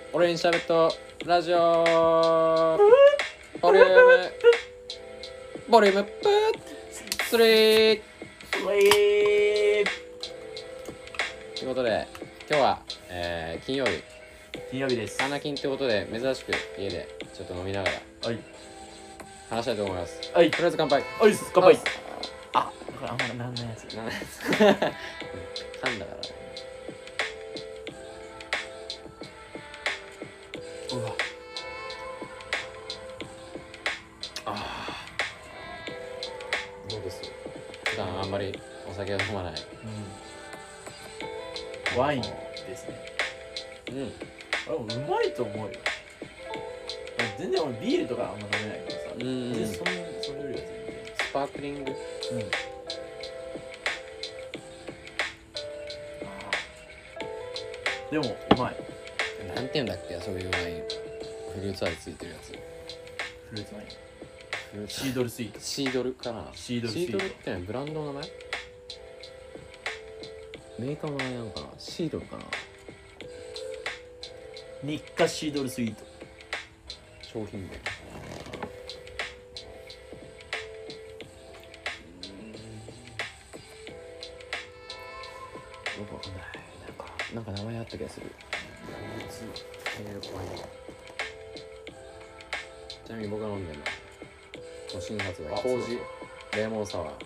俺にしゃべっとラジオボリューム3ということで今日は、金曜日です。 花金ってことで珍しく家でちょっと飲みながらはい。 話したいと思います。 はい。 とりあえず乾杯。 はい、乾杯。あ、これあんまなんないやつ。 なんだ噛んだからうわ。 どうです？普段あんまりお酒を飲まない。 ワインですね。あれもうまいと思うよ。全然俺ビールとかあんま飲めないからさ。全然それよりは全然。 スパークリング。 でもうまい。 なんていうんだっけ、そういうワイン。フルーツ味ついてるやつ。 フルーツワイン。 フルーツシードルスイート。 シードルかな。 シードルスイート。 シードルってブランドの名前？メーカーの名前なのかな。シードルかな。 日課シードルスイート。 商品名。よくわかんない。なんか名前あった気がする。フルーツ系ワイン。ちなみに僕が飲んでるのは新発売麹レモンサワー。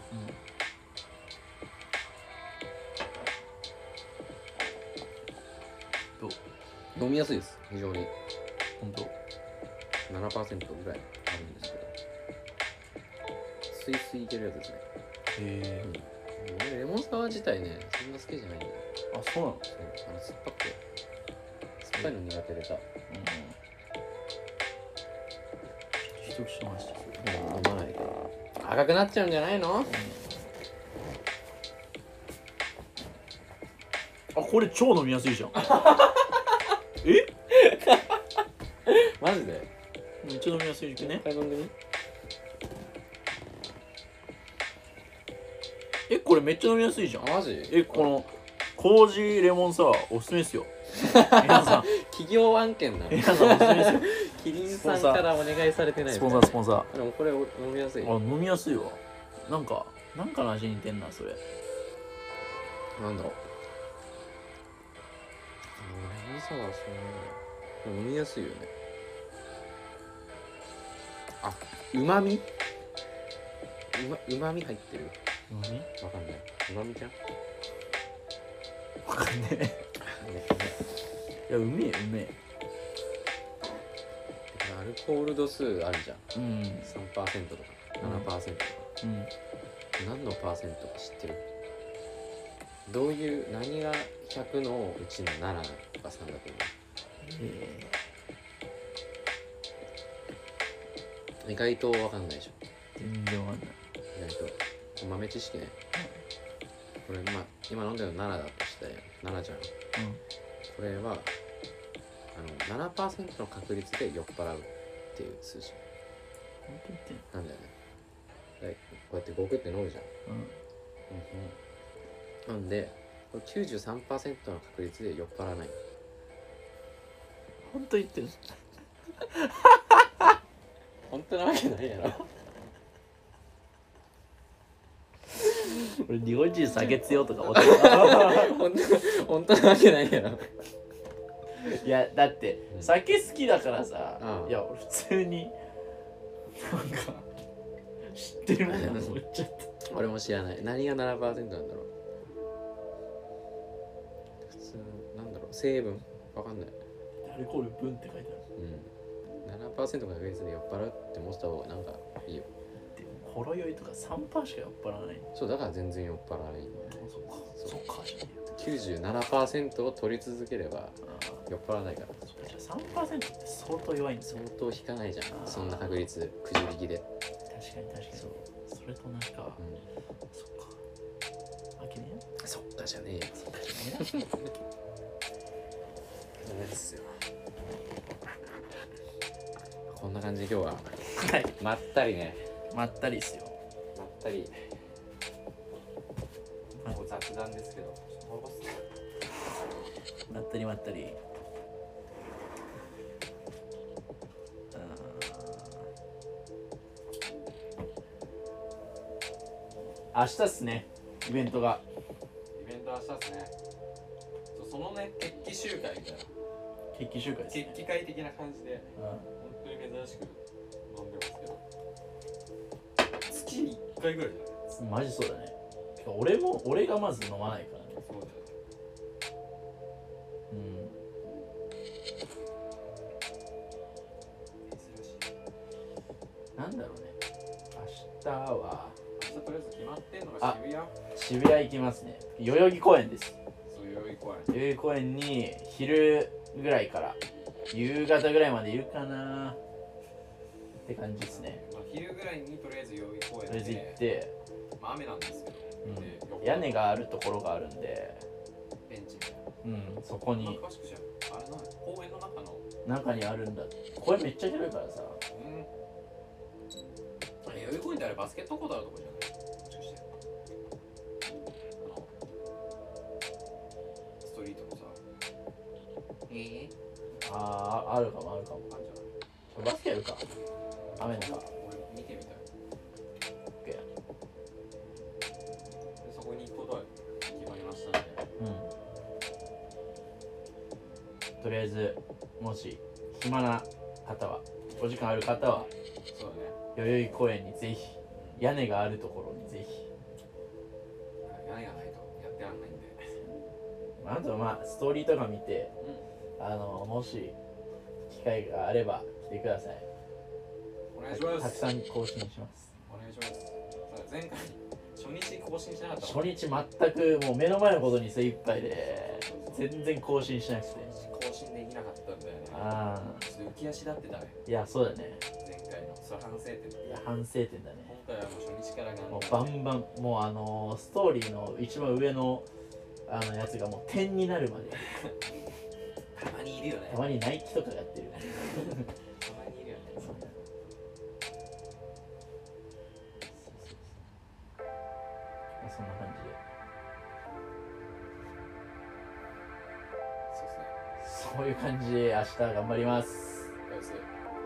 どう？ 飲みやすいです。非常に本当。 7% ぐらいあるんですけど、スイスイいけるやつですね。俺レモンサワー自体ねそんな好きじゃないんだよ。 あ、そうなの？ そう酸っぱくて酸っぱいの苦手でさ。 一口しました。 飲まないで赤くなっちゃうんじゃないの？ あ、これ超飲みやすいじゃん。え？ マジで？ めっちゃ飲みやすいね。 飲んでみ？ これめっちゃ飲みやすいじゃん。 マジ？ この麹レモンサワーおすすめですよ。皆さん企業案件なの？ 皆さんおすすめですよ。 キリンさんからお願いされてないスポンサー。 でもこれ飲みやすい。 飲みやすいわ。なんかの味似てんなそれ。 なんだろう。レモンサワーそう飲みやすいよね。あ、うまみ入ってる。わかんない。うまみじゃん。 わかんねえ。いや、うめえ。 アルコール度数あるじゃん。3%とか 7% とか。何のパーセントか知ってる？どういう何が100のうちの7とか3だと思う？意外とわかんないでしょ。 全然わかんない。 意外と豆知識ね。これ今飲んでるの7だとして7じゃん。これは7% の確率で酔っ払うっていう数字。 本当に言ってんの？ なんだよね。こうやってゴクって飲むじゃん。なんでこれ 93% の確率で酔っ払わない。 本当言ってる。 本当なわけないやろ。 俺日本人酒強とか思って本当なわけないやろ。 いやだって酒好きだからさ、いや俺普通になんか知ってるもんだと思っちゃった。 俺も知らない。何が 7% なんだろう。普通なんだろう。成分わかんない。 アルコール分って書いてある。 7% の確率で酔っ払うって思った方がなんかいいよ。 でもほろ酔いとか 3% しか酔っ払わない。 そうだから全然酔っ払わない。 そっか 97% を取り続ければ酔っ払わないから。 じゃあ 3% って相当弱いんですよ。 相当引かないじゃん。そんな確率くじ引きで。 確かにそれと同じか。そっかわけねえ。 そっかじゃねえよ。 そっかじゃねえ。 ダメですよ。こんな感じで今日はまったりね。 まったりっすよ。 まったり雑談ですけどまったり明日っすね、イベントが。 イベント明日っすね。そのね、決起集会みたいな。 決起集会ですね。 決起会的な感じで、本当に珍しく飲んでますけど。月1回ぐらいじゃない？ マジそうだね。俺がまず飲まないからね。 そうだよ。珍しい。 なんだろうね。明日は明日とりあえず決まってんのが渋谷行きますね。代々木公園です。 そう、代々木公園。 代々木公園に昼ぐらいから夕方ぐらいまでいるかなって感じですね。 昼ぐらいにとりあえず代々木公園とりあえず行って、 雨なんですけど、 屋根があるところがあるんで、 ベンチみたいな。 そこに詳しくじゃん。あれな、公園の中にあるんだ。公園めっちゃ広いからさ。 代々木公園ってあれバスケットコートあるとこじゃない？もしかして。ストリートのさ。 あるかも。 あるじゃない。 バスケやるか。雨の中。 俺見てみたい。で、そこに行くことは決まりましたね。 とりあえず、もし暇な方は、お時間ある方は、 そうだね。 代々木公園にぜひ、屋根があるところにぜひ。 屋根がないとやってらんないんで。 あとストーリーとか見て、もし機会があれば来てください。 お願いします。 たくさん更新します。 お願いします。前回初日更新しなかった初日全くもう目の前のことに精一杯で全然更新しなくて更新できなかったんだよね。ちょっと浮き足立ってたね。 いや、そうだね。 前回のそれ反省点。 いや、反省点だね。 今回はもう初日からもうバンバンもうストーリーの一番上のやつがもう点になるまでたまにいるよね。 たまにナイキとかやってるたまにいるよね。 そんな感じで。そういう感じで明日頑張ります。おいっす。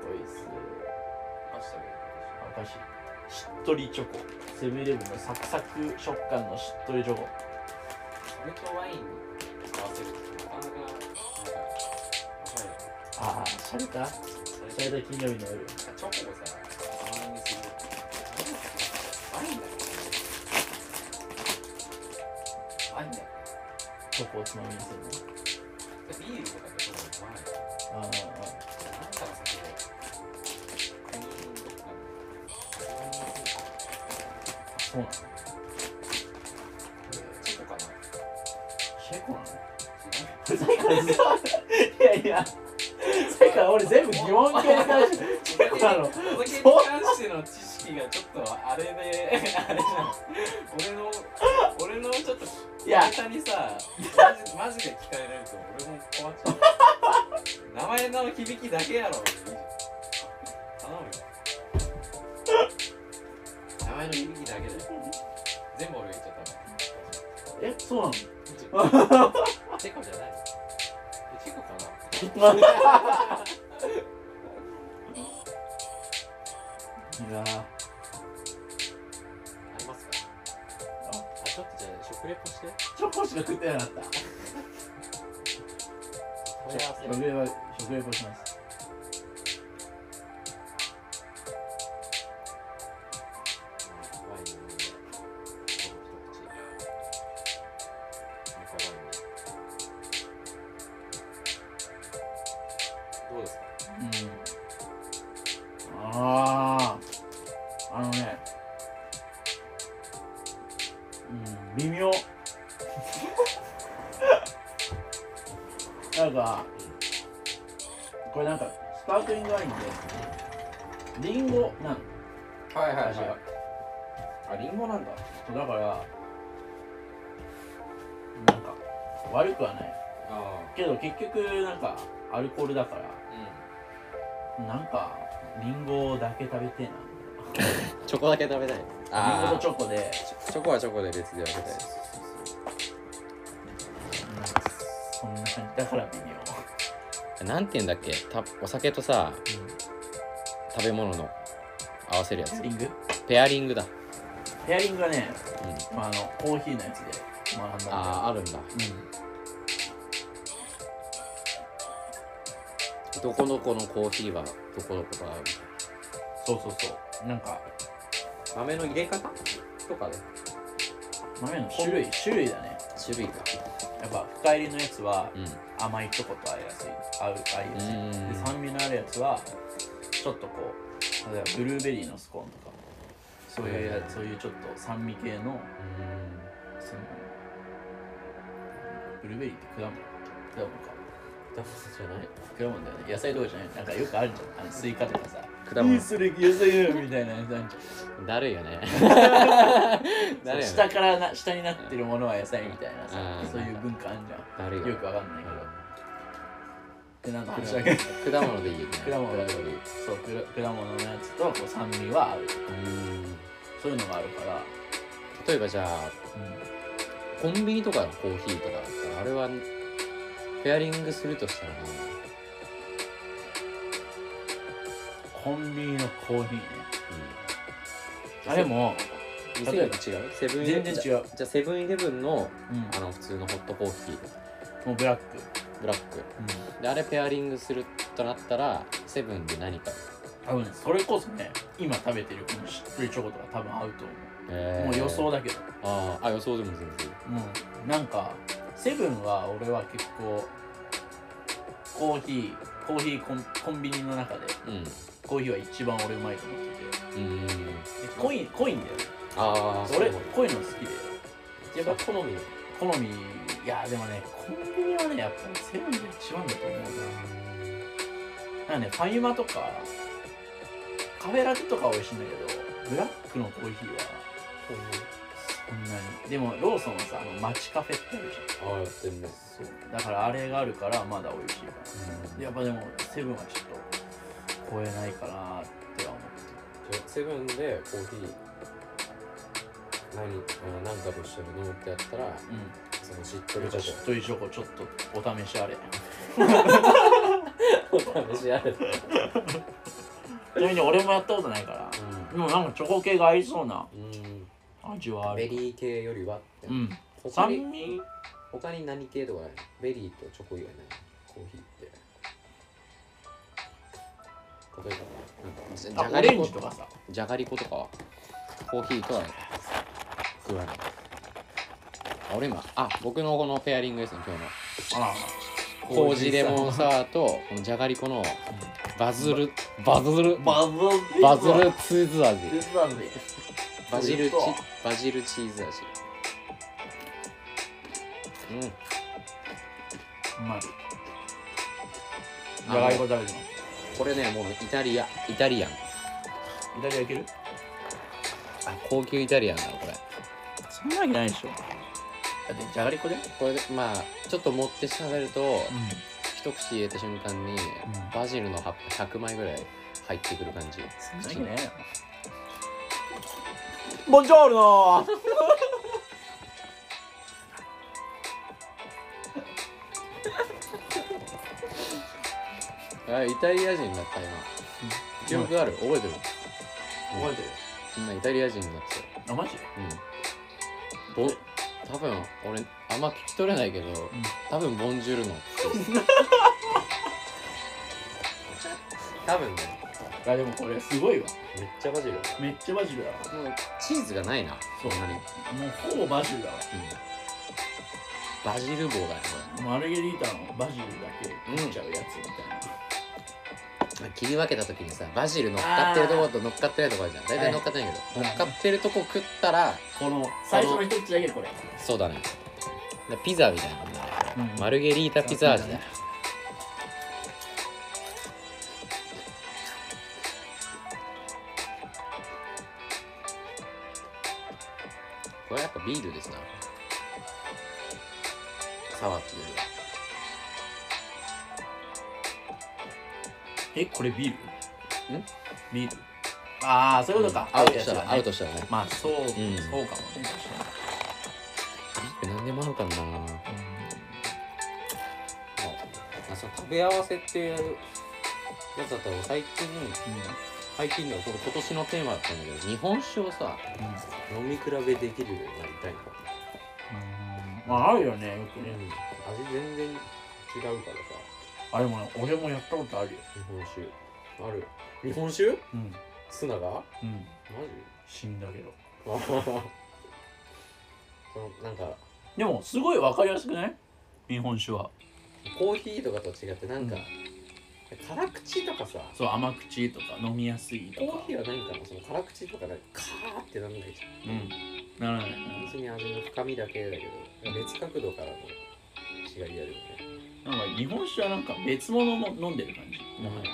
お菓子。しっとりチョコ。セブンイレブンのサクサク食感のしっとりチョコ。 それとワインに合わせるとなかなかシャレた金曜日の夜。 チョコをさ、つまみにする。ワインだよ。ワインだよ。 チョコをつまみにするの。 ビールとかでちょっと飲まない。なんかの酒で。 そうなの？ チェコかな？ チェコなの？さいから俺全部疑問系で返してチェコなの？ お酒に関しての知識がちょっとあれであれじゃん。俺のちょっとネタにさ、マジで聞かれると俺も困っちゃう。名前の響きだけやろ。頼むよ。名前の響きだけで全部俺が言っちゃった。 そうなの？ チェコじゃない。チェコかな。 いやー。 ありますか？ちょっとじゃあ食レポして。 チョコしか食ってなかった。食レポします。 どうですか？ 微妙。なんかこれなんかスパークリングワインでリンゴなの。 はい。あ、リンゴなんだ。 だからなんか悪くはないけど結局なんかアルコールだから、なんかリンゴだけ食べてえな。 チョコだけ食べたい。 リンゴとチョコでチョコはチョコで別で分けたい。 そんな感じだから微妙。 なんて言うんだっけ、お酒とさ、食べ物の合わせるやつ。 リング？ ペアリングだ。 ペアリングはね、コーヒーのやつで学んだんだよ。 あるんだ。どこどこのコーヒーはどこどこが合うみたいな。 そうなんか豆の入れ方とかで豆の種類だね。 種類か。 やっぱ深入りのやつは甘いとこと合いやすい。合いやすい。で酸味のあるやつはちょっとこう、例えばブルーベリーのスコーンとかそういうちょっと酸味系の、そのブルーベリーって果物か。 じゃない。 果物だよね。野菜とかじゃない。なんかよくあるじゃん。スイカとかさ。 果物。 それ野菜よみたいなやつあるじゃん。 だるいよね。 下になってるものは野菜みたいなさ、そういう文化あるじゃん。 だるいよくわかんないけど。で、なんか話だけ果物でいいよね。 果物のやつとこう酸味は合う。そういうのがあるから。 例えばじゃあ、コンビニとかのコーヒーとかだったらあれはペアリングするとしたらコンビニのコーヒーね。あれも例えば違う。 全然違う。 じゃあセブンイレブンの普通のホットコーヒー。 もうブラック。 であれペアリングするとなったらセブンで何か。 多分それこそね、今食べてるこのしっとりチョコとか多分合うと思う。もう予想だけど。 予想でも全然。 なんかセブンは俺は結構コーヒーコンビニの中で、コーヒーは一番俺うまいと思ってて、濃いんだよね。俺濃いの好きで、 やっぱ好み。 いやでもね、コンビニはねやっぱりセブンが一番だと思うな。なんかね、ファミマとかカフェラテとかは美味しいんだけど、ブラックのコーヒーはそんなに。でもローソンはさ、街カフェってあるじゃん。 やってんね。 そうだからあれがあるからまだ美味しいから、やっぱでもセブンはちょっと超えないかなっては思ってる。 セブンでコーヒー何かと一緒に飲むってやったら、そのしっとりチョコちょっとお試しあれ。 お試しあれ。 ちなみに俺もやったことないから、でもなんかチョコ系が合いそうな味はある。 ベリー系よりは。 酸味他に何系とかない？ベリーとチョコ以外ない？コーヒーって。例えばオレンジとかさ、 じゃがりことかはコーヒーとは食わない。俺今僕のこのペアリングですね、今日の。麹レモンサワーとこのじゃがりこのバズルチーズ味。バジルチーズ味。 うまい。じゃがりこ食べてます。 これね、もうイタリアン。 イタリアいける？ 高級イタリアンだろこれ。 そんなわけないでしょ。だってじゃがりこで？ これでちょっと持って喋ると、一口入れた瞬間にバジルの葉っぱ100枚ぐらい入ってくる感じ。 そんなわけね。ボンジョールノイタリア人になった今。記憶ある？覚えてる？そんなイタリア人になってた。マジ？ 多分俺あんま聞き取れないけど、多分ボンジュールの多分ね。 でもこれすごいわ。 めっちゃバジルだ。 めっちゃバジルだわ。 もうチーズがないな。 そうなに。もうほぼバジルだわ。 バジル棒だねこれ。マルゲリータのバジルだけ食っちゃうやつみたいな。 切り分けた時にさ、バジル乗っかってるところと乗っかってないところあるじゃん。大体乗っかってないけど、乗っかってるとこ食ったらこの最初の一口だけこれ。 そうだね。ピザみたいなもんだね。マルゲリータピザ味だよ。これやっぱビールですな。サワーっていうよりは。これビール？ビール。そういうことか。 合うとしたらね。 まあそうかもね。 何でも合うかな。その食べ合わせっていうやつだったら最近最近のこれ今年のテーマだったんだけど、日本酒をさ、飲み比べできるようになりたいのか。 まああるよね、よくね。 味全然違うからさ。 あれもね、俺もやったことあるよ。 日本酒ある。日本酒？ツナが？マジ？ 死んだけど。 そのなんかでもすごいわかりやすくない？日本酒は。 コーヒーとかと違ってなんか、辛口とかさ、 そう甘口とか飲みやすいとか。 コーヒーは何かな、その辛口とかでカーってなんないじゃん。 ならないな。 別に味の深みだけだけど、別角度からの違いあるよね。 なんか日本酒はなんか別物も飲んでる感じ。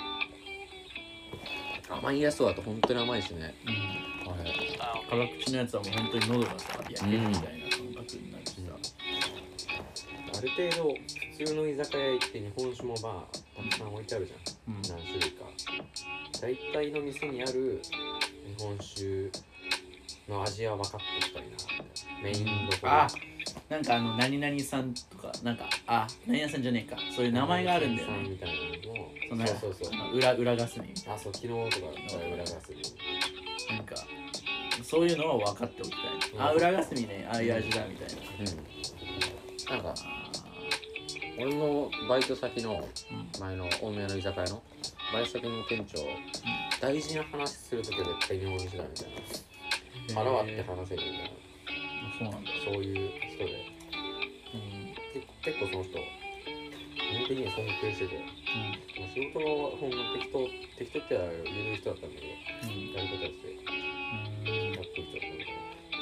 甘いやつだと本当に甘いしね。 辛口のやつはもう本当に喉がさ、焼けるみたいな感覚になるしさ。 ある程度普通の居酒屋行って日本酒もまあたくさん置いてあるじゃん、何種類か。大体の店にある日本酒の味は分かっておきたいな。メインどころ、 なんか何々さんとか、なんか何々さんじゃねえか、そういう名前があるんだよね。 みたいなのも、そう裏ガスに。 そう昨日とか裏ガスになんかそういうのは分かっておきたい。裏ガスにね、ああいう味だみたいな。 なんか俺のバイト先の前の大宮の居酒屋のバイト先の店長、大事な話するときは絶対日本酒だみたいな、腹割って話せるみたいな、 そうなんだ。 そういう人で、結構その人本当に尊敬してて、仕事の本が適当って言える人だったんだけど、やることやってて、やってる人だったんだけど、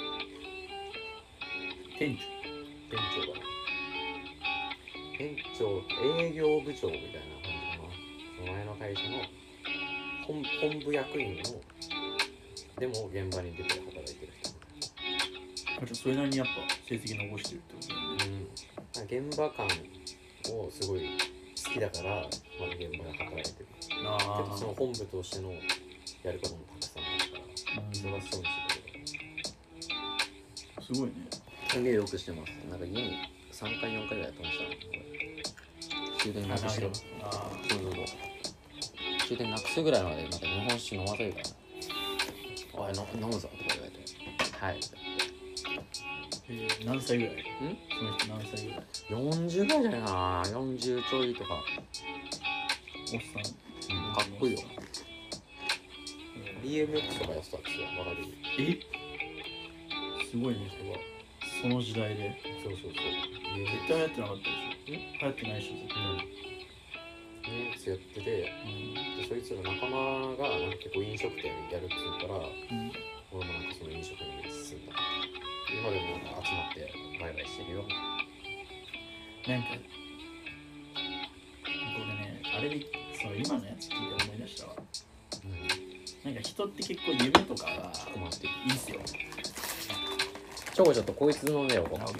店長だな。店長、営業部長みたいな感じかな。その前の会社の本部役員のでも現場に出て働いてる人。 それなりにやっぱ成績残してるってことだよね。 現場感をすごい好きだから、まだ現場で働いてる。けどその本部としてのやることもたくさんあるから、忙しそうにしてる。 すごいね。 すげえよくしてます。なんか家に3回4回ぐらい飛んでたの。終電なくして。終電なくすぐらいまでなんか日本酒飲ませるから、おい飲むぞとか言われて、はいって何歳ぐらい？その人何歳ぐらい ？40ぐらいじゃないかな。40ちょいとか。 おっさん、 かっこいいよ。BMX とかやってたんですよ、若手に。 すごいね、その時代で。 そう。 絶対流行ってなかったでしょ。流行ってないでしょ、絶対。 BMX やってて、でそいつら仲間がなんか結構飲食店やるって言うから、俺もなんかその飲食に進んだ。今でもなんか集まってバイバイしてるよ。 なんか僕ね、あれでその今のやつ聞いて思い出したわ。なんか人って結構夢とかがいいっすよ。 ちょっとこいつ飲んでよ。 そうなんだ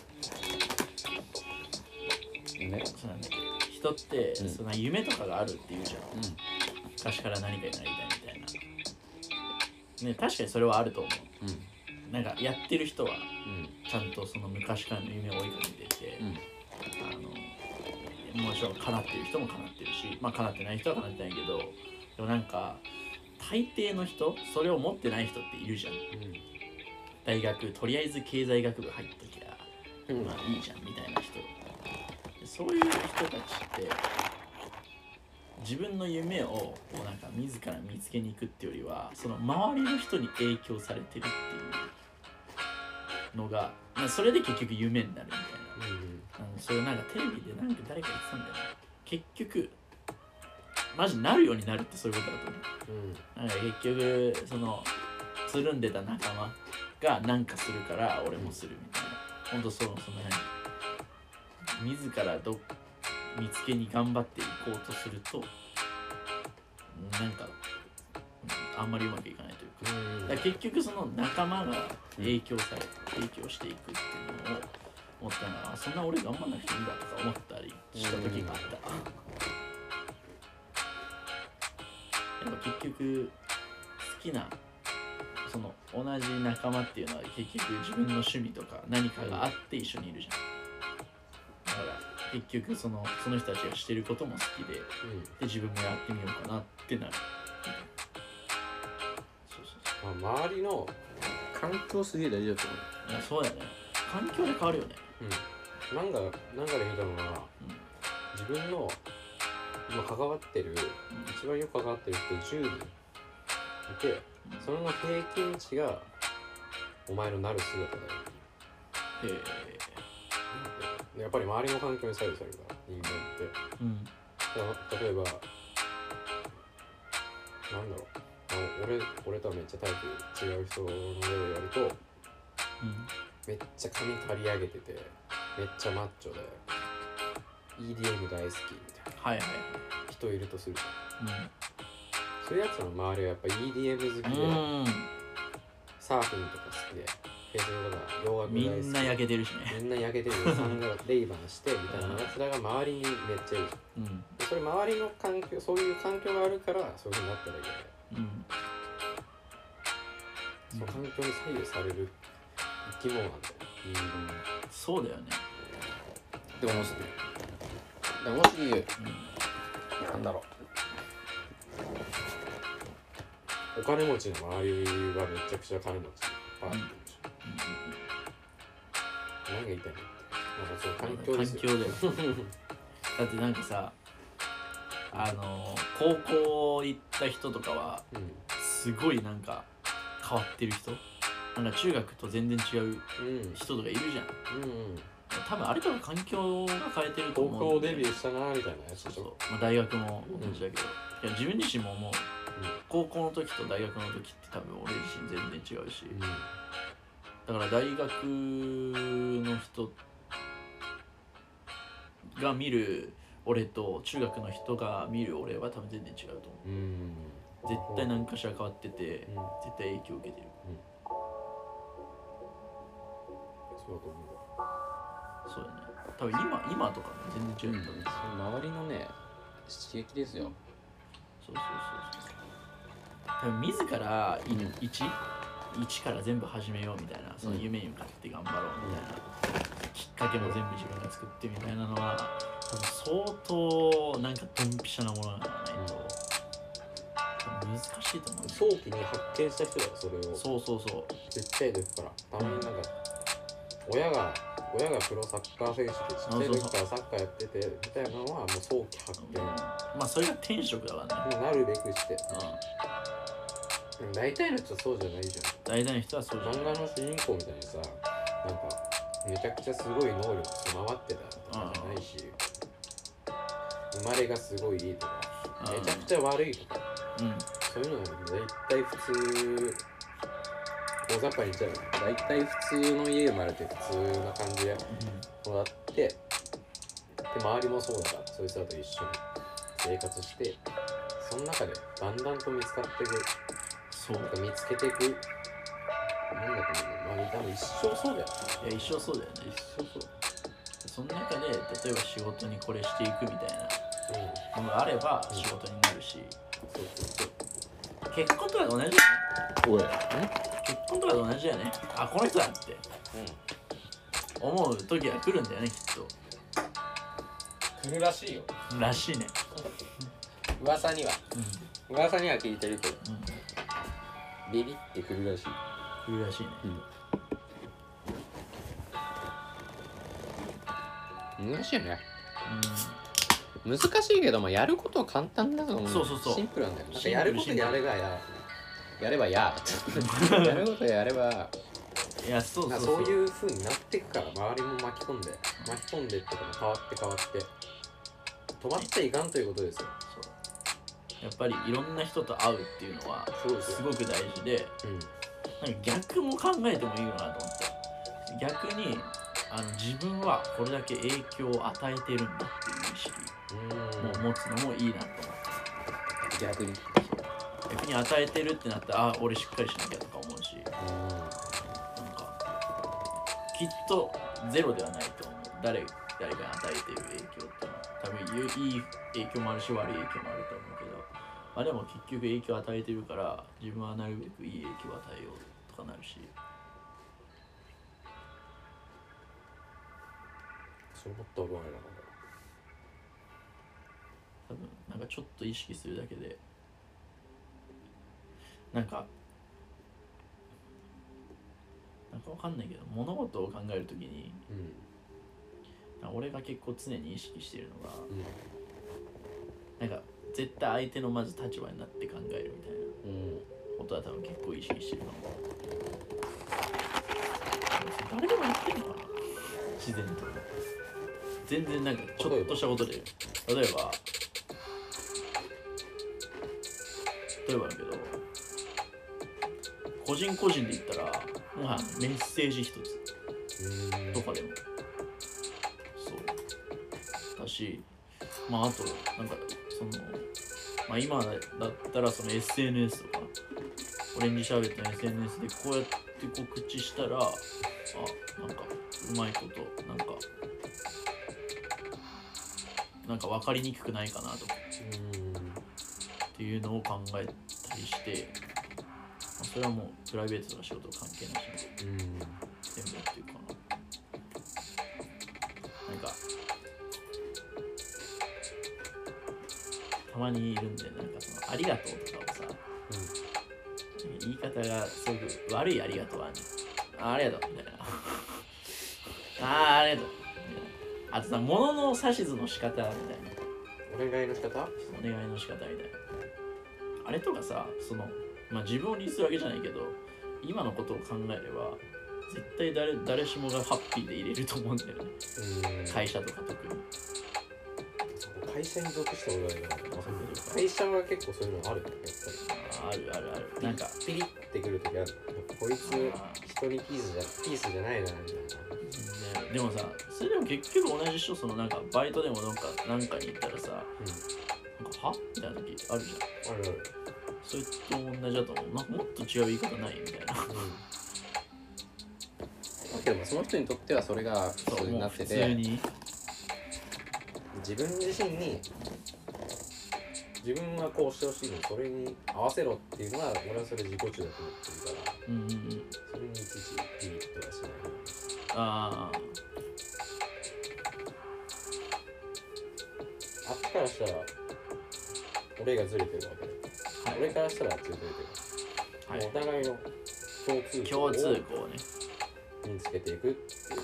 けど、人ってその夢とかがあるって言うじゃん。昔から何かになりたいみたいな。ね、確かにそれはあると思う。なんかやってる人はちゃんとその昔からの夢を追いかけていて、もちろん叶ってる人も叶ってるし、まあ叶ってない人は叶ってないけど、でもなんか大抵の人、それを持ってない人っているじゃん。大学とりあえず経済学部入っときゃ、まあいいじゃんみたいな人。そういう人たちって自分の夢をなんか自ら見つけに行くっていうよりは、その周りの人に影響されてるっていうのが、まあ、それで結局夢になるみたいな。それなんかテレビでなんか誰か言ってたんだよね。結局マジなるようになるってそういうことだと思う。なんか結局そのつるんでた仲間がなんかするから俺もするみたいな。ほんとその自ら見つけに頑張っていこうとするとなんかあんまりうまくいかないというか、だから結局その仲間が影響していくっていうのを思ったのは、そんな俺頑張んなくていいんだとか思ったりした時があった。やっぱ結局好きなその同じ仲間っていうのは結局自分の趣味とか何かがあって一緒にいるじゃん。だから結局その人たちがしてることも好きで、で自分もやってみようかなってなる。 まあ、周りの環境すげえ大事だと思う。 いやそうやね、環境で変わるよね。 なんかで見たのが、自分の今関わってる、一番よく関わってる人10人いて、それの平均値がお前のなる姿だよ。やっぱり周りの環境に左右されるから人間って、例えばなんだろう、俺とはめっちゃタイプ違う人の上でやると、めっちゃ髪刈り上げててめっちゃマッチョで EDM 大好きみたいな人いるとするじゃん、そういうやつの周りはやっぱ EDM 好きで、サーフィンとか好きで、フェスとか洋楽大好き、 みんな焼けてるしね。 みんな焼けてるサングラスレイバンしてみたいなやつらが周りにめっちゃいるじゃん、それ周りの環境、そういう環境があるからそういう風になっただけで、その環境に左右される生き物なんだよ、 そうだよね。 でももしなんだろう、お金持ちの周りはめちゃくちゃ金持ちパーってるでしょ、何が言いたいのって、なんかその環境ですよ。 環境だよだってなんかさ、高校行った人とかはすごいなんか変わってる人、なんか中学と全然違う人とかいるじゃん、多分あれとか環境が変えてると思う。 高校デビューしたなみたいなやつでしょ。 大学も同じだけど、いや自分自身も思う、高校の時と大学の時って多分俺自身全然違うし、だから大学の人が見る俺と中学の人が見る俺は多分全然違うと思う。絶対何かしら変わってて、絶対影響を受けてる。 そうだと思う。 そうだね。多分今とかも全然違うと思う。 周りのね刺激ですよ。 そう多分自ら一から全部始めようみたいな、その夢に向かって頑張ろうみたいな、きっかけも全部自分が作ってみたいなのは多分相当なんかドンピシャなものがないと難しいと思う。 早期に発見した人だよ、それを。そうちっちゃい時から、たまになんか親がプロサッカー選手でちっちゃい時からサッカーやっててみたいなのはもう早期発見、 まあそれが天職だからね、 なるべくして、大体の人はそうじゃないじゃん。 大体の人はそうじゃない。 漫画の主人公みたいにさ、なんかめちゃくちゃすごい能力備わってたとかじゃないし、生まれがすごいいいとか、めちゃくちゃ悪いとか、そういうのは大体普通、大雑把に言っちゃうよ。大体普通の家生まれて普通な感じで育って、で周りもそうだから、そいつらと一緒に生活して、その中でだんだんと見つかっていく、見つけていくなんだと思う。まあ多分一生そうだよ。 いや一生そうだよね。 一生そう。 その中で例えば仕事にこれしていくみたいなのがあれば仕事になるし、結婚とかと同じだよね。結婚とかと同じだよね。あ、この人だって思う時は来るんだよね、きっと。 来るらしいよ。 らしいね。 噂には聞いてるけど、ビビって来るらしい。 来るらしいね。 難しいよね。難しいけどもやることは簡単だと思う。シンプルなんだよ。なんかやることやればやればやることやれば、 いやそういう風になっていくから、周りも巻き込んでってか変わって止まっちゃいかんということですよ。 やっぱりいろんな人と会うっていうのはすごく大事で、なんか逆も考えてもいいのかなと思って、逆に自分はこれだけ影響を与えてるんだっていう意識を持つのもいいなと思って。逆に与えてるってなったら、俺しっかりしなきゃとか思うし、なんかきっとゼロではないと思う。誰かに与えてる影響っていうのは多分いい影響もあるし悪い影響もあると思うけど、まあでも結局影響を与えてるから自分はなるべくいい影響を与えようとかなるし、 そう思った覚えなのか多分なんかちょっと意識するだけで、なんかかわかんないけど物事を考えるときに、俺が結構常に意識しているのが、なんか絶対相手のまず立場になって考えるみたいなことは多分結構意識してるかも。誰でも言ってんのかな、自然と。全然なんかちょっとしたことで、例えばだけど、個人個人で言ったらもはやメッセージ一つとかでもそうだし、まああとなんかその、まあ、今だったらその SNS とかオレンジシャーベットの SNS でこうやって告知したら、あ、なんかうまいことなんか分かりにくくないかなとかっていうのを考えたりして、まあ、それはもうプライベートとか仕事関係なしに全部やっていうかな。なんかたまにいるんで、なんかそのありがとうとかをさ、言い方がすごく悪いありがとうはね、ありがとうみたいなありがとうみたいな。あとさ、物の指図の仕方みたいな、 お願いの仕方みたいな、あれとかさ、そのまあ自分を律するわけじゃないけど、今のことを考えれば絶対誰しもがハッピーでいれると思うんだよね。会社とか特に。 会社に属したことないから、会社は結構そういうのあるよね、やっぱり。ある。 なんかピリってくるときある。こいつ人にピースじゃないなみたいな。でもさ、それでも結局同じ人、そのなんかバイトでもなんかに行ったらさ、なんかはみたいな時あるじゃん。ある。それと同じだと思う。なんかもっと違う言い方ないみたいな。 でもその人にとってはそれが普通になってて、普通に自分自身に自分はこうしてほしいのにそれに合わせろっていうのは俺はそれ自己中だと思ってるから、それにいちいちピリッとはしない。あっちからしたら俺がずれてるわけで、俺からしたらあっちがずれてる、お互いの共通項をね見つけていくっていう。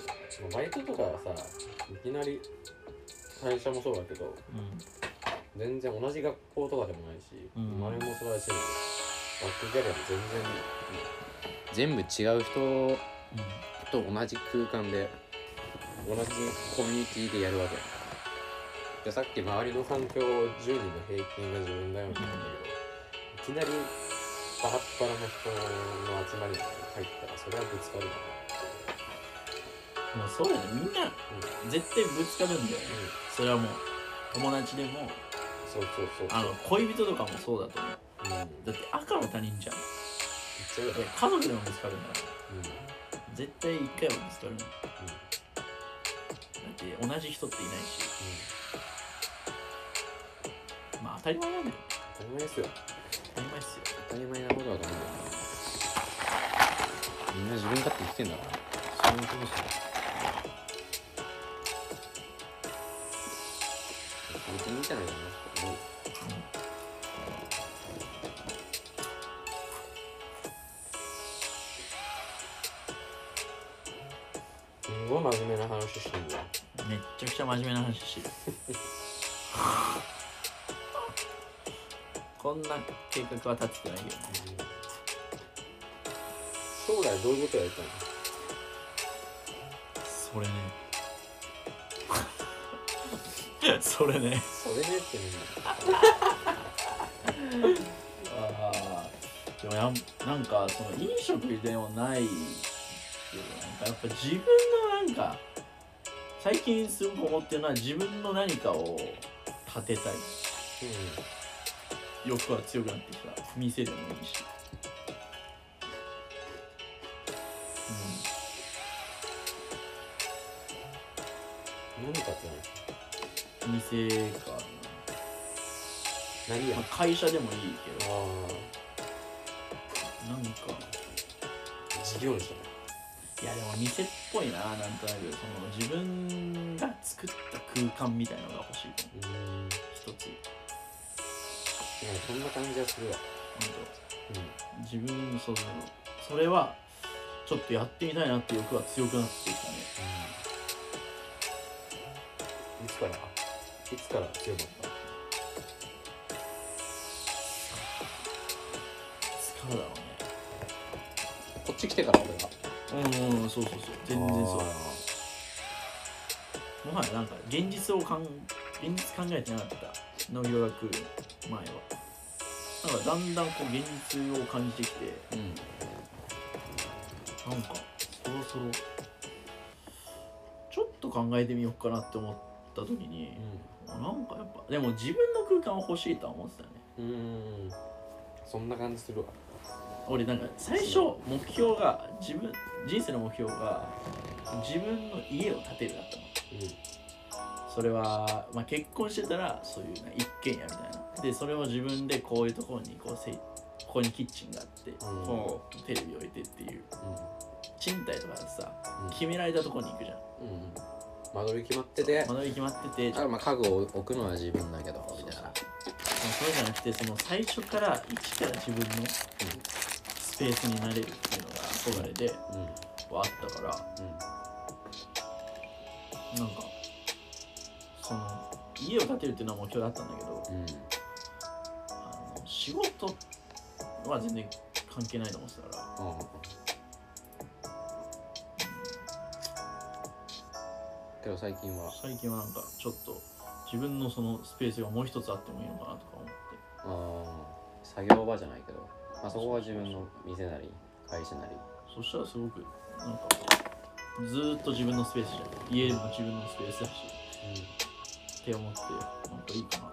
バイトとかはさ、いきなり会社もそうだけど、全然同じ学校とかでもないし、生まれも素晴らしいので、バックキャリアも全部違う人と同じ空間で同じコミュニティでやるわけで、さっき周りの環境10人の平均が自分だよって言ったけど、いきなりバラッバラの人の集まりに入ったらそれはぶつかるな。 もうそうだよね、みんな、絶対ぶつかるんだよね、それはもう友達でもそう恋人とかもそうだと思う、だって赤の他人じゃん。家族でもぶつかるんだから、絶対一回はぶつかるんだ、だって同じ人っていないし、まあ当たり前なんだよね。 当たり前ですよ。当たり前なことだと思うんだよね。みんな自分勝手生きてんだから、そういうことですよ。それでいいんじゃないかなって思う。すごい真面目な話してるんだよ。 めっちゃくちゃ真面目な話してるこんな計画は立ててないけどね。 将来どういうことやりたいの？ それねそれねってでもなんかその飲食でもないけど、なんかやっぱ自分のなんか最近すごく思ってるのは、自分の何かを立てたい、欲は強くなってきた。店でもいいし、 何かって店か何や、 まあ、会社でもいいけど、なんか事業主だね。 いやでも店っぽいな、なんとなくその自分が作った空間みたいなのが欲しいと思う。一つそんな感じはするわ。 自分それはちょっとやってみたいなっていう欲が強くなってきたね。 いつから強かった？ 疲れだろうね。 こっち来てから俺が。 そう全然そう。もはやなんか現実考えてなかった農業が来る前は。なんかだんだんこう現実を感じてきて、なんかそろそろちょっと考えてみようかなって思った時に、なんかやっぱでも自分の空間を欲しいとは思ってたよね。 そんな感じするわ。 俺なんか最初目標が人生の目標が自分の家を建てるだったの。それは、まあ、結婚してたらそういう一軒家みたいなで、それを自分でこういうところにここにキッチンがあって、こうテレビ置いてっていう、賃貸とかさ、決められたところに行くじゃん。 間取り決まってて、 まあ家具を置くのは自分だけどみたいな。 それじゃなくて、その最初から一から自分のスペースになれるっていうのが憧れではあったから、なんかその家を建てるっていうのは目標だったんだけど、仕事は全然関係ないと思ってたから、 けど最近はなんかちょっと自分のそのスペースがもう一つあってもいいのかなとか思って。 作業場じゃないけど、まあ、そこは自分の店なり会社なり。 そしたらすごくなんかずーっと自分のスペースじゃん。家も自分のスペースだし、って思ってなんかいいかなと思った。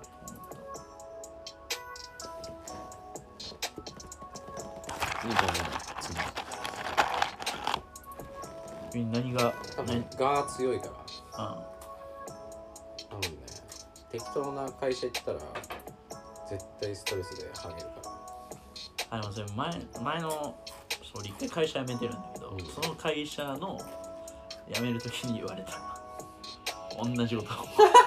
いいと思う。 次に何が多分が強いから。なのでね、適当な会社行ったら絶対ストレスでハゲるから。 でもそれ前の一回会社辞めてるんだけど、その会社の辞めるときに言われた同じことを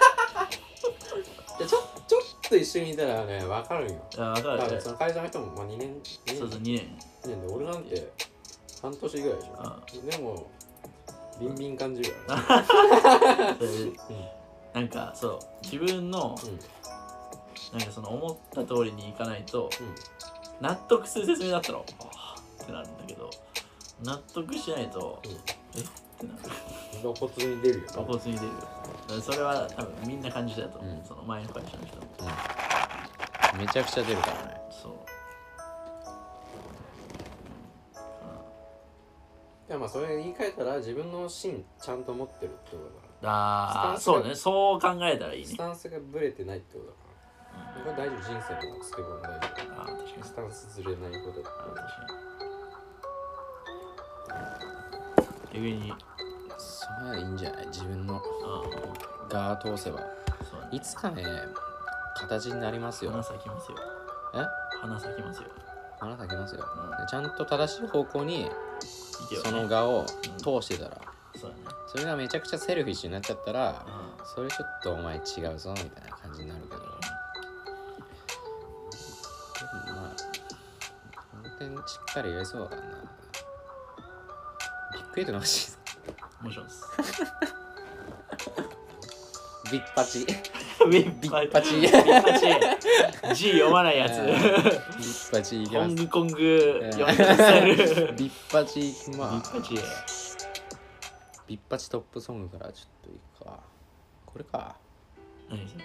ちょっと一緒にいたらね、分かるんよ。 分かる。 その会社の人も、まあ、2年で、俺なんて半年ぐらいでしょ。でもビンビン感じるからね。 なんかそう自分の、なんかその思った通りにいかないと、納得する説明だったらってなるんだけど、納得しないと、ってなる。 露骨に出るよ。 露骨に出る。それは多分みんな感じだと思う。その前の会社の人も。 めちゃくちゃ出るからね。 そう。 いやまあそれ言い換えたら自分の芯ちゃんと持ってるってことだから。 そうね、そう考えたらいいね。 スタンスがブレてないってことだから。これ大丈夫、人生のスケボーも大丈夫。 確かにスタンスずれないこと。 逆にそれはいいんじゃない？自分の側通せば、いつかね形になりますよ。 花咲きますよ。花咲きますよ。 花咲きますよ。ちゃんと正しい方向にその側を通してたら、それがめちゃくちゃセルフィッシュになっちゃったら、それちょっとお前違うぞみたいな感じになるけど、でもまあ本当にしっかり言えそうだな。ビッグエイトの話です。 もちろんです。 ビッパチビッパチ G 読まないやつ。 ビッパチいきます。 コング読みなさる。 ビッパチいきます。ビッパチトップソングからちょっといくか。これか。 何それ？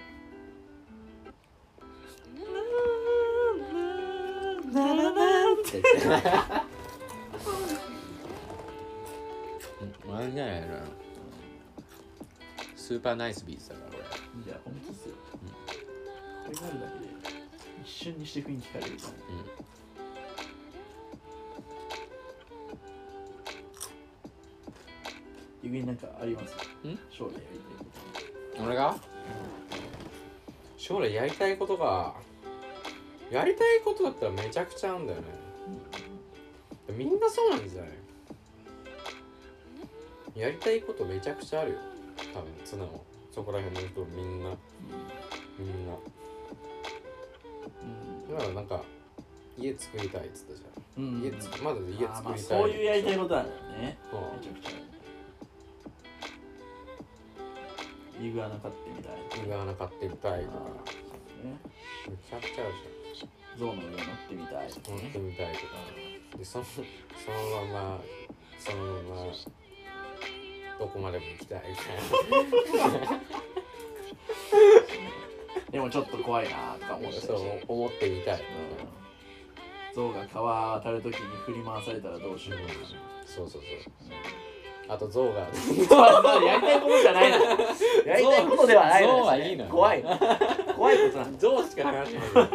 あれじゃないの。スーパーナイスビーズだからこれ。 いや、ほんとっすよ。これがあるだけで一瞬にして雰囲気変えるかも。逆になんかあります？将来やりたいこと。 俺が？将来やりたいことか。やりたいことだったらめちゃくちゃあるんだよね。みんなそうなんじゃない？やりたいことめちゃくちゃあるよ。多分素直。そこら辺の人みんな。だからなんか家作りたいっつったじゃん。まだ家作りたい。 そういうやりたいことある。 グアナ買ってみたい。 イグアナ買ってみたいとか、 ね、 めちゃくちゃある象の上乗ってみたい。 じゃん。乗ってみたいとか、でそのままどこまでも行きたいみたいな。 でもちょっと怖いなとか思ったし、 そう思ってみたい、 象が川渡るときに振り回されたらどうしようとかね。 そうあと象がやりたいことじゃないの。やりたいことではないの。 象はいいのよ。 怖いことなんだ。 象しか話しないけど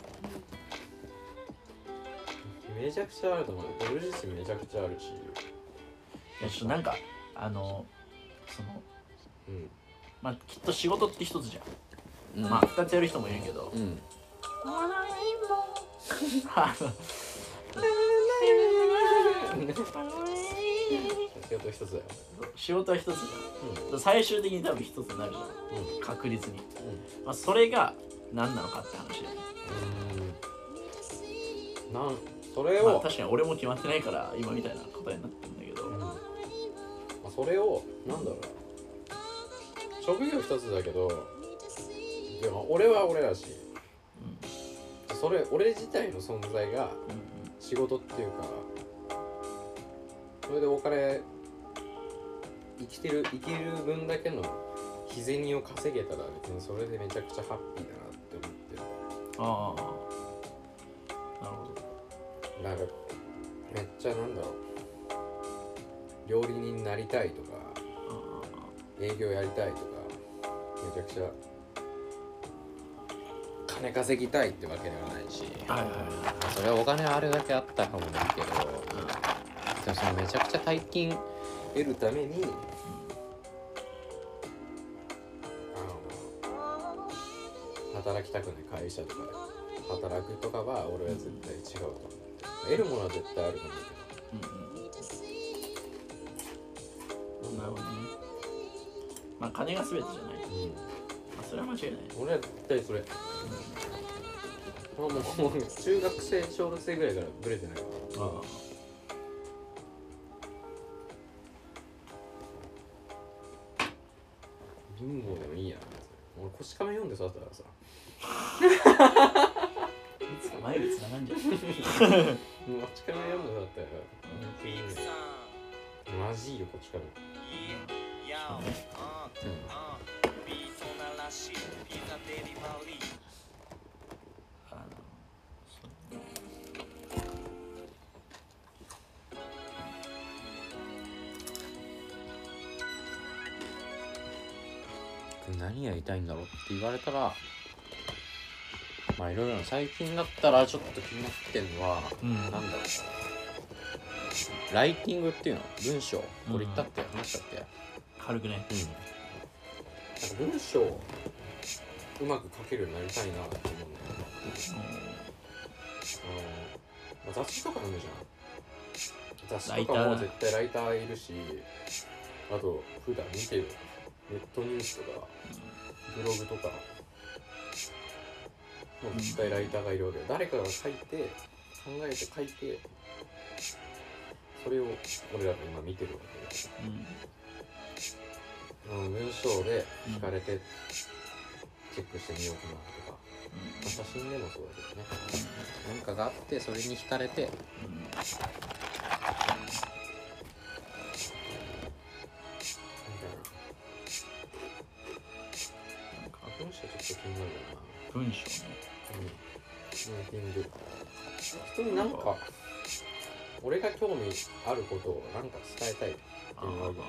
めちゃくちゃあると思う。俺自身めちゃくちゃあるし、 なんかうんまあきっと仕事って一つじゃん、 うん、 まあ2つやる人もいるけど、 うん仕事一つだよ。 仕事は一つじゃん、最終的に多分一つになるじゃん、確実に、まあ、それが何なのかって話だよね。 それを、 まあ、確かに俺も決まってないから今みたいな答えになってるんだけど、 まあ、それをなんだろうな、職業一つだけど、でも俺は俺だし、それ俺自体の存在が仕事っていうか、それでお金生きる分だけの日銭を稼げたら別にそれでめちゃくちゃハッピーだなって思ってる。 ああ、なるほど。 なんかめっちゃなんだろう、料理人になりたいとか営業やりたいとか、めちゃくちゃ金稼ぎたいってわけではないし、それはお金はあれだけあったかもないけど、でもそのめちゃくちゃ大金得るために、働きたくない会社とかで働くとかは俺は絶対違うと思って、得るものは絶対あると思うけど、 なるほどね。まあ金が全てじゃない、まあ、それは間違いない。 俺は絶対それ、もう中学生小学生ぐらいからブレてないから。貧乏でもいいや。俺こち亀読んで育ったからさ。 いつか眉毛つながんじゃん。 こち亀読んで育ったからマジいいよこち亀。何やりたいんだろうって言われたら、まあいろいろ最近だったらちょっと気になってんのは、なんだろう、ライティングっていうの、文章、これ言ったって話したっけ、 軽くね、 なんか文章をうまく書けるようになりたいなって思うんだよね。雑誌とか読むじゃん。雑誌とかも絶対ライターいるし、あと普段見てるネットニュースとかブログとかもう絶対ライターがいるわけよ。誰かが書いて考えて書いて、それを俺らが今見てるわけよ。文章で聞かれてチェックしてみようかなとか、写真でもそうだけどね、なんかがあってそれに惹かれて、文章ちょっと気になるよな。 文章ね。 ライティング。普通になんか俺が興味あることをなんか伝えたいっていうのがあるよね。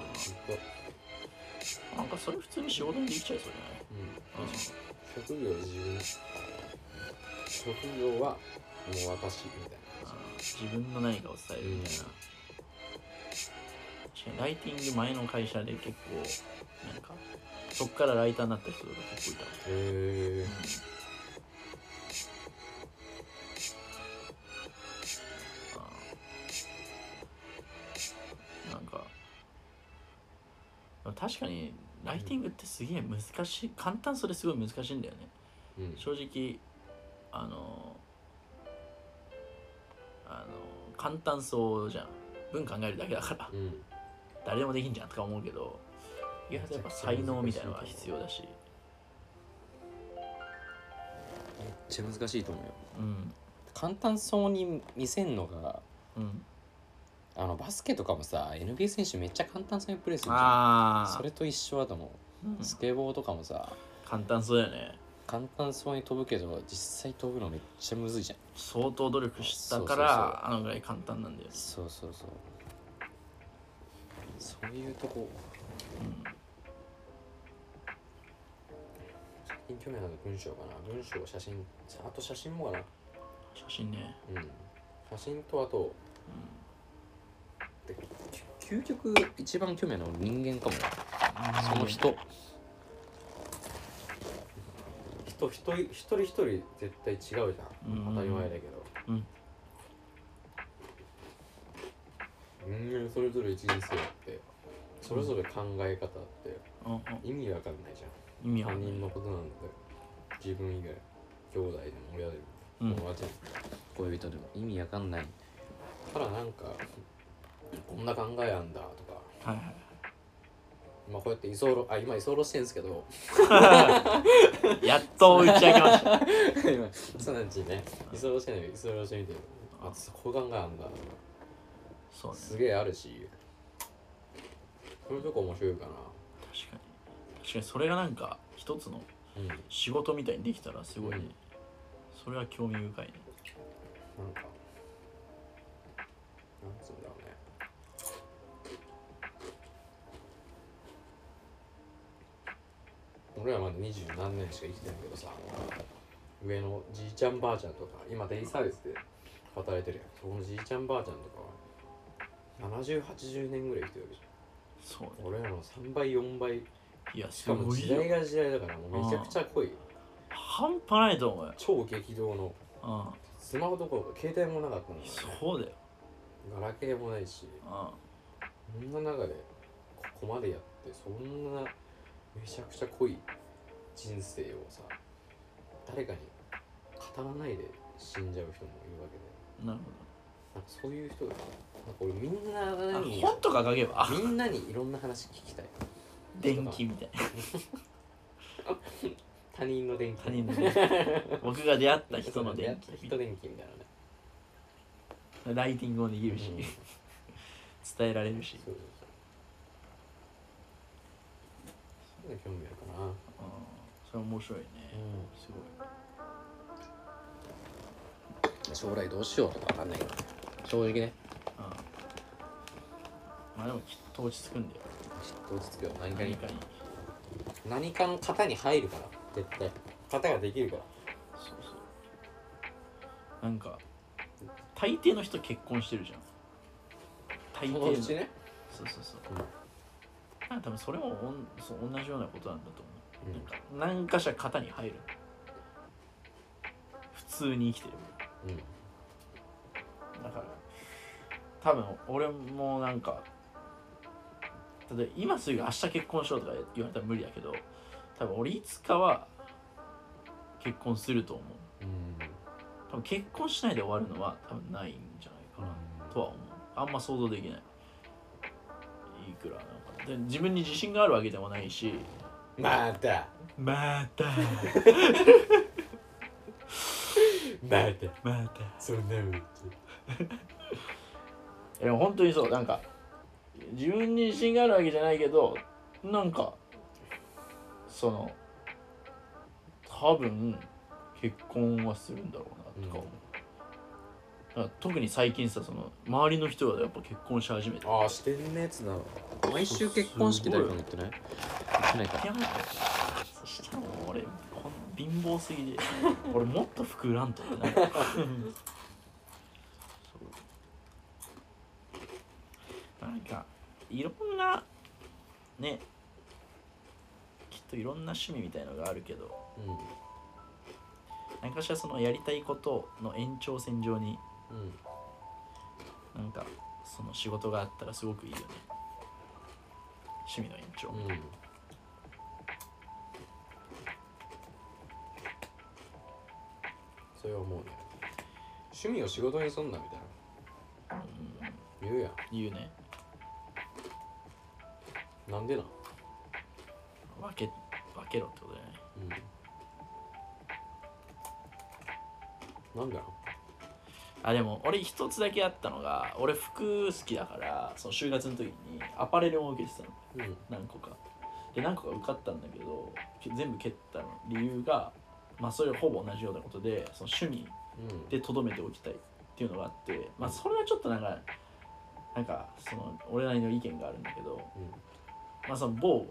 なんかそれ普通に仕事にできちゃいそうじゃない？ 職業はもう私みたいな。 自分の何かを伝えるみたいな。ライティング前の会社で結構なんかそっからライターになった人が結構いた。なんか確かにライティングってすげえ難しい、簡単それすごい難しいんだよね、正直簡単そうじゃん、文考えるだけだから、誰でもできんじゃんとか思うけど、 意外とやっぱ才能みたいなのが必要だし、 めっちゃ難しいと思うよ。 うん、 簡単そうに見せんのが、 うん、 バスケとかもさ NBA 選手めっちゃ簡単そうにプレーするじゃん。 あそれと一緒だと思う、 うん、 スケボーとかもさ簡単そうだよね。 簡単そうに飛ぶけど実際飛ぶのめっちゃむずいじゃん。 相当努力したかそうそうそうらあのぐらい簡単なんだよね。 そうそうそう、そういうとこ最近興味あるの文章かな。文章写真、あと写真もかな。 写真ね、 うん、写真とあと、で究極一番興味あるのは人間かもね。その人一人一人絶対違うじゃん、当たり前だけど、人間それぞれ人生あってそれぞれ考え方あって、意味わかんないじゃん。他人のことなんて自分以外兄弟でも親でも友達でも恋人でも意味わかんないからなんかこんな考えあんだとか、 はいはい、 まあこうやって今居候してるんですけどやっと打ち上げました今ツナンチね居候してんだけど居候してみてこういう考えあんだとかそう、ね、 すげえあるし、そういうとこ面白いかな。 確かにそれがなんか一つの仕事みたいにできたらすごいね、それは興味深いね。 なんかなんつうんだろうね、俺らまだ20何年しか生きてないけどさ、上のじいちゃんばあちゃんとか今デイサービスで働いてるやん。そこのじいちゃんばあちゃんとかは70、80年ぐらい生きてるわけじゃん。 そうね、 俺らの3倍4倍、 いやしかも時代が時代だからもうめちゃくちゃ濃い、 半端ないと思うよ。 超激動の、スマホどころか携帯もなかったんだから、ね、 そうだよ。 ガラケーもないし、そんな中でここまでやってそんなめちゃくちゃ濃い人生をさ誰かに語らないで死んじゃう人もいるわけで、 なるほなんかそういう人がなんか俺みんなに本とか書けばみんなにいろんな話聞きたい。 電気みたいな他人の電気僕が出会った人の電気人電気みたいなね、 ライティングもできるし、伝えられるし、 そういうの興味あるかな。 それ面白いね、すごい。 将来どうしようとかわかんないけど正直ね、 まあでもきっと落ち着くんだよ。 きっと落ち着くよ。何かの型に入るから絶対型ができるから。 そうそう、なんか大抵の人結婚してるじゃん。大抵のそのうちね。 そうそうそう、なんか多分それもそう同じようなことなんだと思う、なんかしら型に入る、普通に生きてる、だから多分俺もなんか例えば今すぐ明日結婚しようとか言われたら無理だけど、多分俺いつかは結婚すると思う、多分結婚しないで終わるのは多分ないんじゃないかなとは思う。あんま想像できない。いくらなんかで自分に自信があるわけでもないし、 またそんなでも本当にそう、なんか自分に自信があるわけじゃないけど、なんかその多分結婚はするんだろうなとか思う、だから特に最近さ、その周りの人がやっぱ結婚し始めて、 ああしてんねやつなの。毎週結婚式誰かも言ってないか。 やめて。そしたらもう俺貧乏すぎで俺もっと服売らんとってなるなんかいろんなね、きっといろんな趣味みたいのがあるけど、何かしらそのやりたいことの延長線上に、なんかその仕事があったらすごくいいよね、趣味の延長、 それは思うね。趣味を仕事にすんなみたいな、言うやん。 言うね。 なんでなん。 分けろってことだよね。 なんだろあ、でも俺一つだけあったのが、俺服好きだから、その就活の時にアパレルを受けてたの、何個かで、何個か受かったんだけど全部蹴ったの理由が、まあそれほぼ同じようなことで、その趣味でとどめておきたいっていうのがあって、まあそれはちょっとなんかその俺なりの意見があるんだけど、まあその某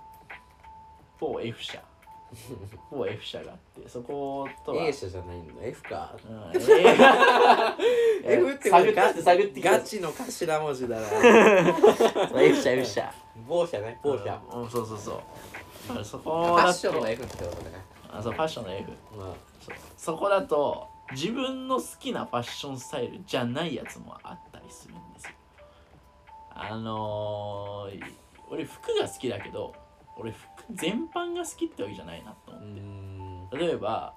F 社某 F 社があって、そことは A 社じゃないんだ F か、 F って探ってガチの頭文字だな F 社某社ね、某社、 そうそフこだとァッションの F ってことね。 そうファッションの F、そこだと自分の好きなファッションスタイルじゃないやつもあったりするんですよ。俺服が好きだけど、俺服全般が好きってわけじゃないなと思って。例えば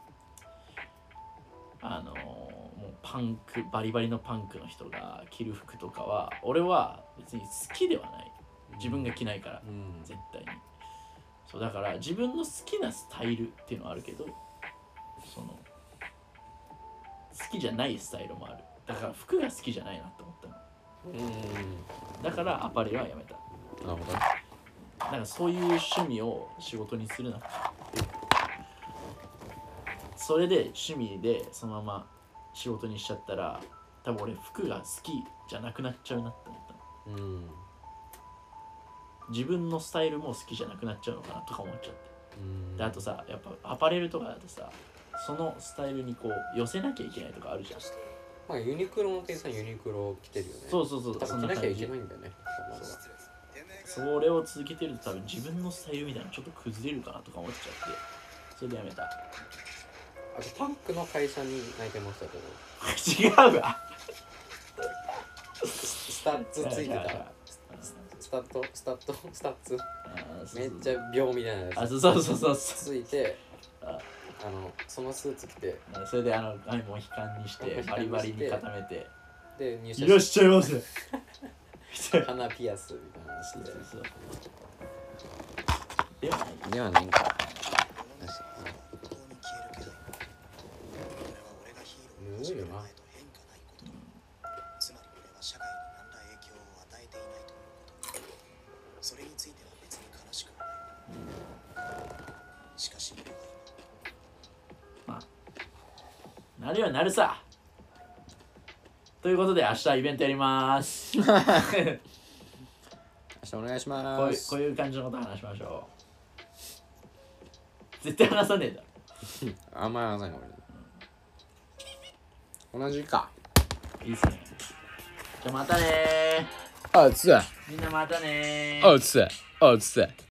もうパンクバリバリのパンクの人が着る服とかは俺は別に好きではない。自分が着ないから、絶対に。そうだから自分の好きなスタイルっていうのはあるけど、その好きじゃないスタイルもある。だから服が好きじゃないなと思ったの。だからアパレルはやめた。 なるほど。 なんかそういう趣味を仕事にするなって。それで趣味でそのまま仕事にしちゃったら、多分俺服が好きじゃなくなっちゃうなって思ったの。自分のスタイルも好きじゃなくなっちゃうのかなとか思っちゃって。であとさ、やっぱアパレルとかだとさ、そのスタイルにこう寄せなきゃいけないとかあるじゃん。 まあユニクロの店員さんユニクロ着てるよね。 そう多分着なきゃいけないんだよね。 それを続けてると多分自分のスタイルみたいなのちょっと崩れるかなとか思っちゃって、それでやめた。 あとパンクの会社に内定もしたけど違うわスタッツついてた。スタッツめっちゃ秒みたいなやつそうついて、そのスーツ着て、 それでもう悲観にしてバリバリに固めて、 で入社いらっしゃいませ鼻ピアスみたいなのしてではないんか。 むずいよな。 つまり俺は社会に何ら影響を与えていないということ。それについては別に悲しくはない。しかし俺はまあなるようになるさ。ということで明日イベントやります明日お願いします。 こういう感じのこと話しましょう。絶対話さねえだろあんまり話さない俺、同じか。 いいっすね。じゃあまたねあつみんなまたねあつあつ